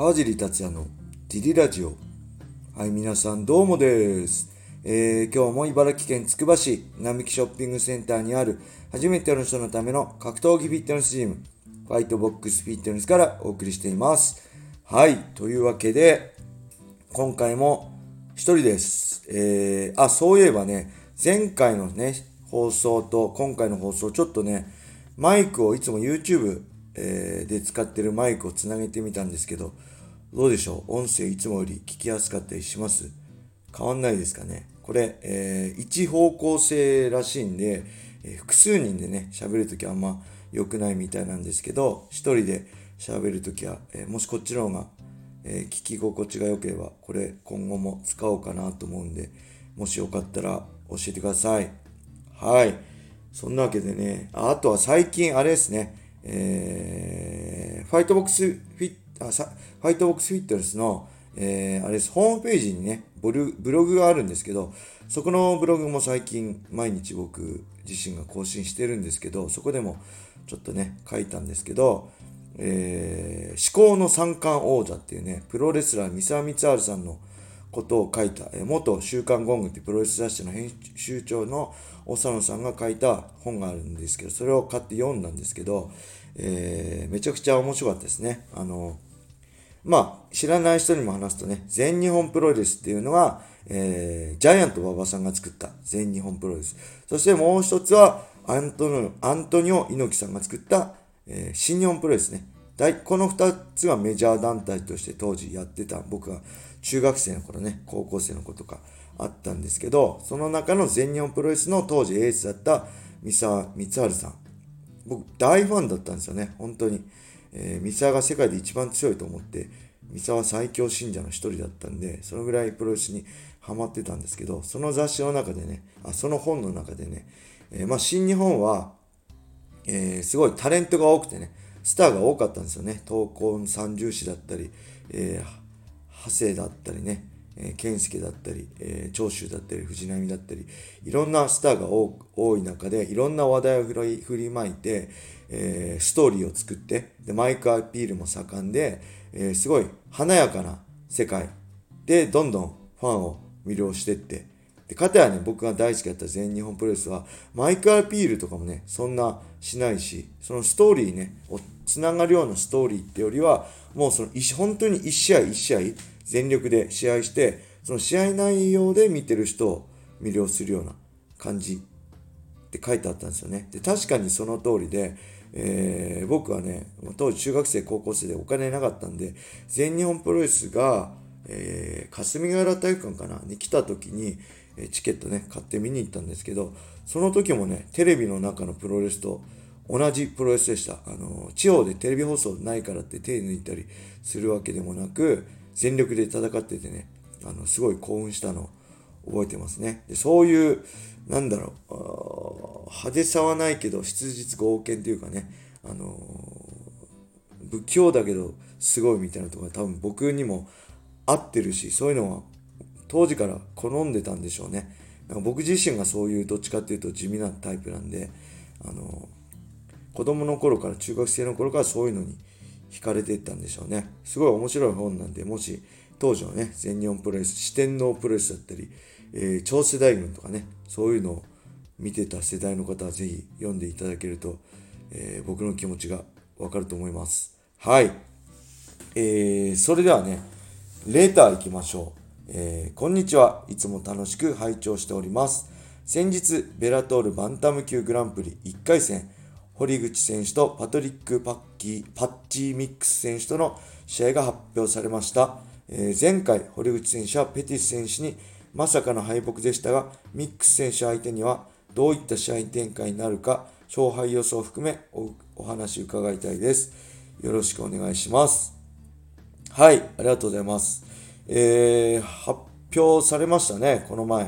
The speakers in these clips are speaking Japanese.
川尻達也のディリラジオ。はい、皆さんどうもです。今日も茨城県つくば市並木ショッピングセンターにある初めての人のための格闘技フィットネスジム、ファイトボックスフィットネスからお送りしています。はい、というわけで、今回も一人です。そういえばね、前回のね、放送と今回の放送、ちょっとね、マイクをいつも YouTube、で使ってるマイクをつなげてみたんですけど、どうでしょう、音声いつもより聞きやすかったりします？変わんないですかね。これ、一方向性らしいんで、複数人でね、喋るときはあんま良くないみたいなんですけど、一人で喋るときは、もしこっちの方が、聞き心地が良ければ、これ今後も使おうかなと思うんで、もしよかったら教えてください。はい。そんなわけでね、あとは最近あれですね、ファイトボックスフィットネスの、あれです、ホームページにね、ブログがあるんですけど、そこのブログも最近毎日僕自身が更新してるんですけど、そこでもちょっとね、書いたんですけど、至高の三冠王者っていうね、プロレスラー三沢光晴さんのことを書いた、元週刊ゴングっていうプロレス雑誌の編集長の長野さんが書いた本があるんですけど、それを買って読んだんですけど、めちゃくちゃ面白かったですね。知らない人にも話すとね、全日本プロレスっていうのは、ジャイアント馬場さんが作った全日本プロレス。そしてもう一つは、アントニオ猪木さんが作った、新日本プロレスね。この二つがメジャー団体として当時やってた、僕が中学生の頃ね、高校生の子とかあったんですけど、その中の全日本プロレスの当時エースだった三沢光晴さん。僕大ファンだったんですよね、本当に。三沢が世界で一番強いと思って、三沢最強信者の一人だったんで、そのぐらいプロレスにハマってたんですけど、その雑誌の中でね、その本の中でね、新日本は、すごいタレントが多くてね、スターが多かったんですよね。闘魂三重士だったり、長谷だったりね、健介だったり、長州だったり、藤波だったり、いろんなスターが多い中で、いろんな話題を振りまいて、ストーリーを作って、でマイクアピールも盛んで、すごい華やかな世界で、どんどんファンを魅了してって、で、かたやね、僕が大好きだった全日本プロレスは、マイクアピールとかもね、そんなしないし、そのストーリーね、つながるようなストーリーってよりは、もう本当に一試合一試合、全力で試合して、その試合内容で見てる人を魅了するような感じって書いてあったんですよね。で、確かにその通りで、僕はね、当時中学生、高校生でお金なかったんで、全日本プロレスが、霞ヶ浦体育館かなに来た時に、チケットね、買って見に行ったんですけど、その時もね、テレビの中のプロレスと同じプロレスでした。地方でテレビ放送ないからって手抜いたりするわけでもなく、全力で戦っててね、すごい興奮したのを覚えてますね。で、そういう、派手さはないけど、質実剛健というかね、不器用だけど、すごいみたいなところが多分僕にも合ってるし、そういうのは当時から好んでたんでしょうね。なんか僕自身がそういうどっちかっていうと地味なタイプなんで、子供の頃から中学生の頃からそういうのに惹かれていったんでしょうね。すごい面白い本なんで、もし当時のね、全日本プロレス、四天王プロレスだったり、超世代軍とかね、そういうのを見てた世代の方はぜひ読んでいただけると、僕の気持ちがわかると思います。はい。それではね、レーター行きましょう。こんにちは。いつも楽しく拝聴しております。先日、ベラトールバンタム級グランプリ1回戦、堀口選手とパトリック・パッチミックス選手との試合が発表されました。前回、堀口選手はペティス選手にまさかの敗北でしたが、ミックス選手相手にはどういった試合展開になるか、勝敗予想を含めお話伺いたいです。よろしくお願いします。はい、ありがとうございます。発表されましたね、この前。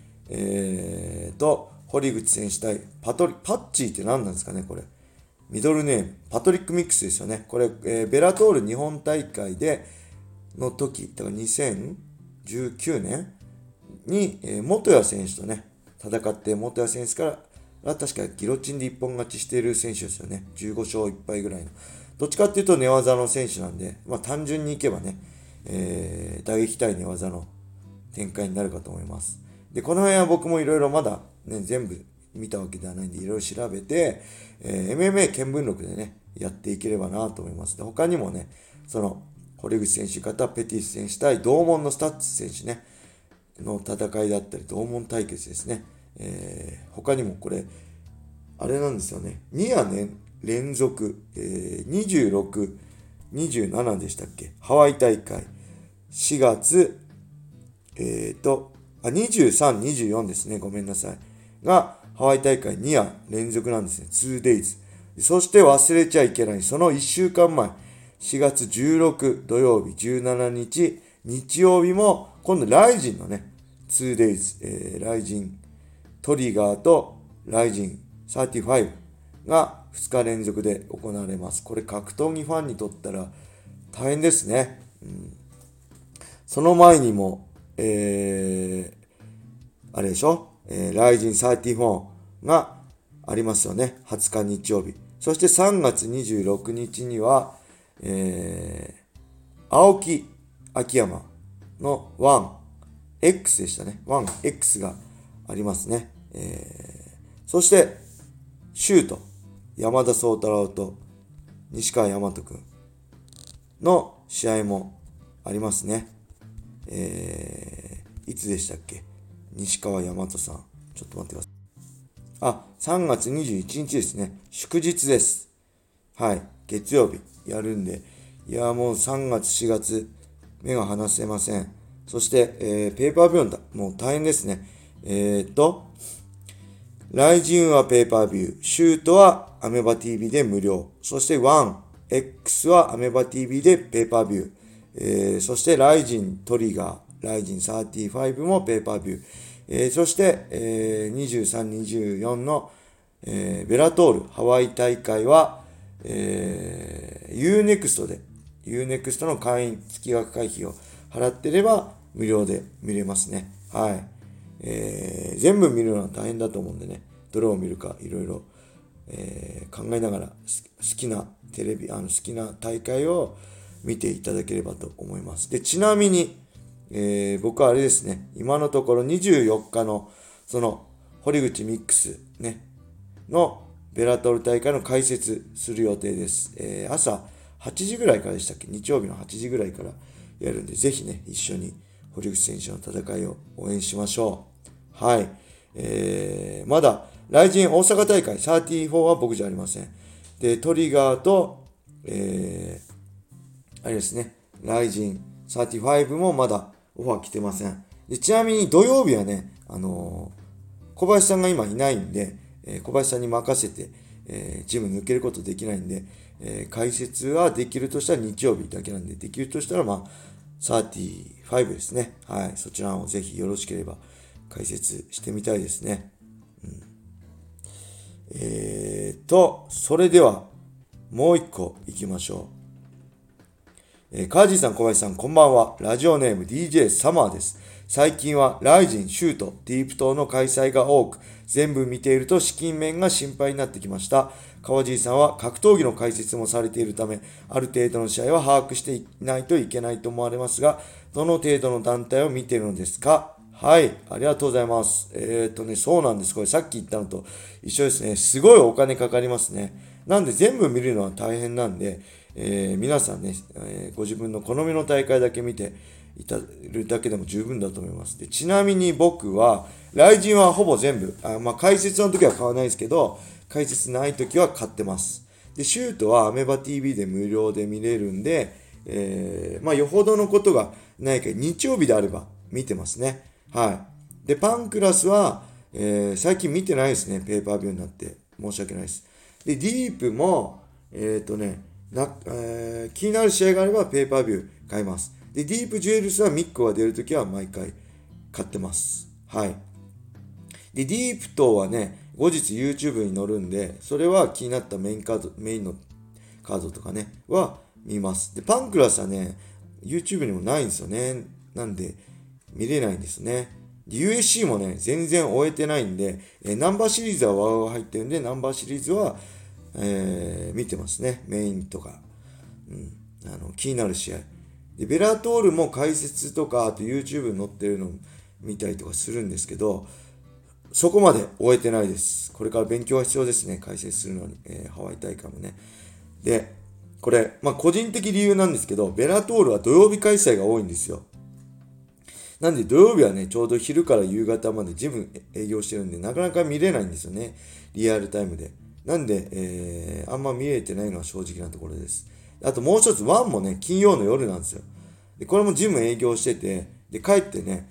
堀口選手対パッチーって何なんですかね、これ。ミドルネーム、パトリック・ミックスですよね。これ、ベラトール日本大会の時、だから2019年に、元谷選手とね、戦って、元谷選手から確かギロチンで一本勝ちしている選手ですよね。15勝1敗ぐらいの。 どっちかっていうと寝技の選手なんで、単純にいけばね、打撃対寝技の展開になるかと思います。で、この辺は僕もいろいろまだね、全部見たわけではないんで、いろいろ調べて、MMA 見聞録でね、やっていければなと思います。で、他にもね、堀口選手方、ペティス選手対同門のスタッツ選手ね、の戦いだったり、同門対決ですね。他にもこれ、あれなんですよね。2夜連続、26、27でしたっけ？ハワイ大会。4月、23、24ですね。ごめんなさい。が、ハワイ大会2夜連続なんですね。2days。そして忘れちゃいけない。その1週間前、4月16土曜日、17日、日曜日も、今度ライジンのね、2days、ライジントリガーとライジン35が2日連続で行われます。これ格闘技ファンにとったら大変ですね。その前にも、あれでしょ、ライジン34がありますよね。20日日曜日。そして3月26日には、青木秋山の 1X でしたね。1X がありますね。そして、シュート、山田宗太郎と西川大和くんの試合もありますね。いつでしたっけ？西川大和さん。ちょっと待ってください。3月21日ですね。祝日です。はい。月曜日やるんで。いや、もう3月、4月、目が離せません。そして、ペーパービューだ。もう大変ですね。ライジンはペーパービュー。シュートはアメバ TV で無料。そして 1X はアメバ TV でペーパービュー。そしてライジントリガー、ライジン35もペーパービュー。そして、23、24の、ベラトールハワイ大会は、Unext で、Unext の会員月額会費を払ってれば無料で見れますね。はい。全部見るのは大変だと思うんでね、どれを見るかいろいろ考えながら好きなテレビ、好きな大会を見ていただければと思います。で、ちなみに、僕はあれですね、今のところ24日のその堀口ミックスね、のベラトル大会の解説する予定です。朝8時ぐらいからでしたっけ？日曜日の8時ぐらいからやるんで、ぜひね、一緒に堀口選手の戦いを応援しましょう。はい。まだ、ライジン大阪大会34は僕じゃありません。で、トリガーと、あれですね、ライジン35もまだオファー来てません。で、ちなみに土曜日はね、小林さんが今いないんで、小林さんに任せて、チーム抜けることできないんで、解説はできるとしたら日曜日だけなんで、できるとしたら35ですね。はい。そちらをぜひよろしければ解説してみたいですね。それでは、もう一個行きましょう。カージーさん、小林さん、こんばんは。ラジオネーム DJ サマーです。最近はライジン、シュート、ディープ島の開催が多く、全部見ていると資金面が心配になってきました。川尻さんは格闘技の解説もされているため、ある程度の試合は把握していないといけないと思われますが、どの程度の団体を見ているのですか？はい、ありがとうございます。そうなんです。これさっき言ったのと一緒ですね。すごいお金かかりますね。なんで全部見るのは大変なんで、皆さんね、ご自分の好みの大会だけ見ていたるだけでも十分だと思います。で、ちなみに僕は、ライジンはほぼ全部、解説の時は買わないですけど、解説ない時は買ってます。で、シュートはアメバ TV で無料で見れるんで、よほどのことがないか日曜日であれば見てますね。はい。で、パンクラスは、最近見てないですね。ペーパービューになって。申し訳ないです。で、ディープも、気になる試合があればペーパービュー買います。で、ディープジュエルスはミックが出るときは毎回買ってます。はい。で、ディープとはね、後日 YouTube に載るんで、それは気になったメインのカードとかね、は見ます。で、パンクラスはね、YouTube にもないんですよね。なんで、見れないんですね。USC もね、全然終えてないんで、ナンバーシリーズはワウワウ入ってるんで、ナンバーシリーズは、見てますね。メインとか。 気になる試合。で、ベラトールも解説とか、あと YouTube に載ってるの見たりとかするんですけど、そこまで終えてないです。これから勉強が必要ですね。解説するのに。ハワイ大会もね。で、これ、個人的理由なんですけど、ベラトールは土曜日開催が多いんですよ。なんで土曜日はね、ちょうど昼から夕方までジム営業してるんで、なかなか見れないんですよね。リアルタイムで。なんで、あんま見れてないのは正直なところです。あともう一つ、ワンもね、金曜の夜なんですよ。で、これもジム営業してて、で、帰ってね、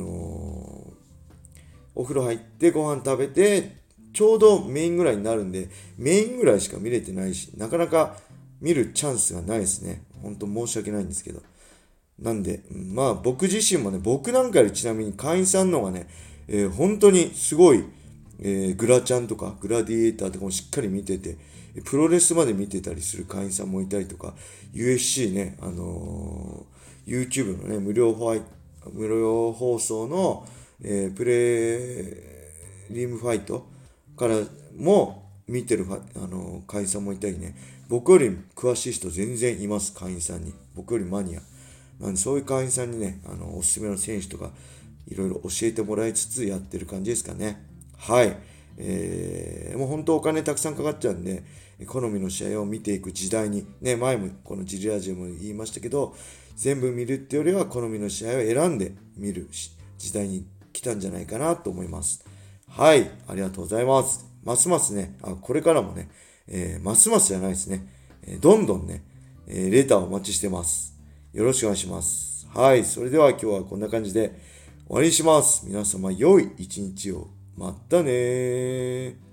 お風呂入ってご飯食べて、ちょうどメインぐらいになるんで、メインぐらいしか見れてないし、なかなか見るチャンスがないですね。ほんと申し訳ないんですけど。なんで、僕自身もね、僕なんかよりちなみに会員さんの方がね、本当にすごい、グラチャンとかグラディエーターとかもしっかり見てて、プロレスまで見てたりする会員さんもいたりとか、USC ね、YouTube のね、無料放送の、プレリームファイトからも見てる会員さんもいたりね、僕より詳しい人全然います、会員さんに。僕よりマニア。なんでそういう会員さんにね、おすすめの選手とか、いろいろ教えてもらいつつやってる感じですかね。はい。もう本当お金たくさんかかっちゃうんで、好みの試合を見ていく時代に、ね、前もこのジリラジオも言いましたけど、全部見るってよりは好みの試合を選んで見る時代に来たんじゃないかなと思います。はい。ありがとうございます。ますますね、これからもね、ますますじゃないですね。どんどんね、レターをお待ちしてます。よろしくお願いします。はい。それでは今日はこんな感じで終わりにします。皆様良い一日を。またねー。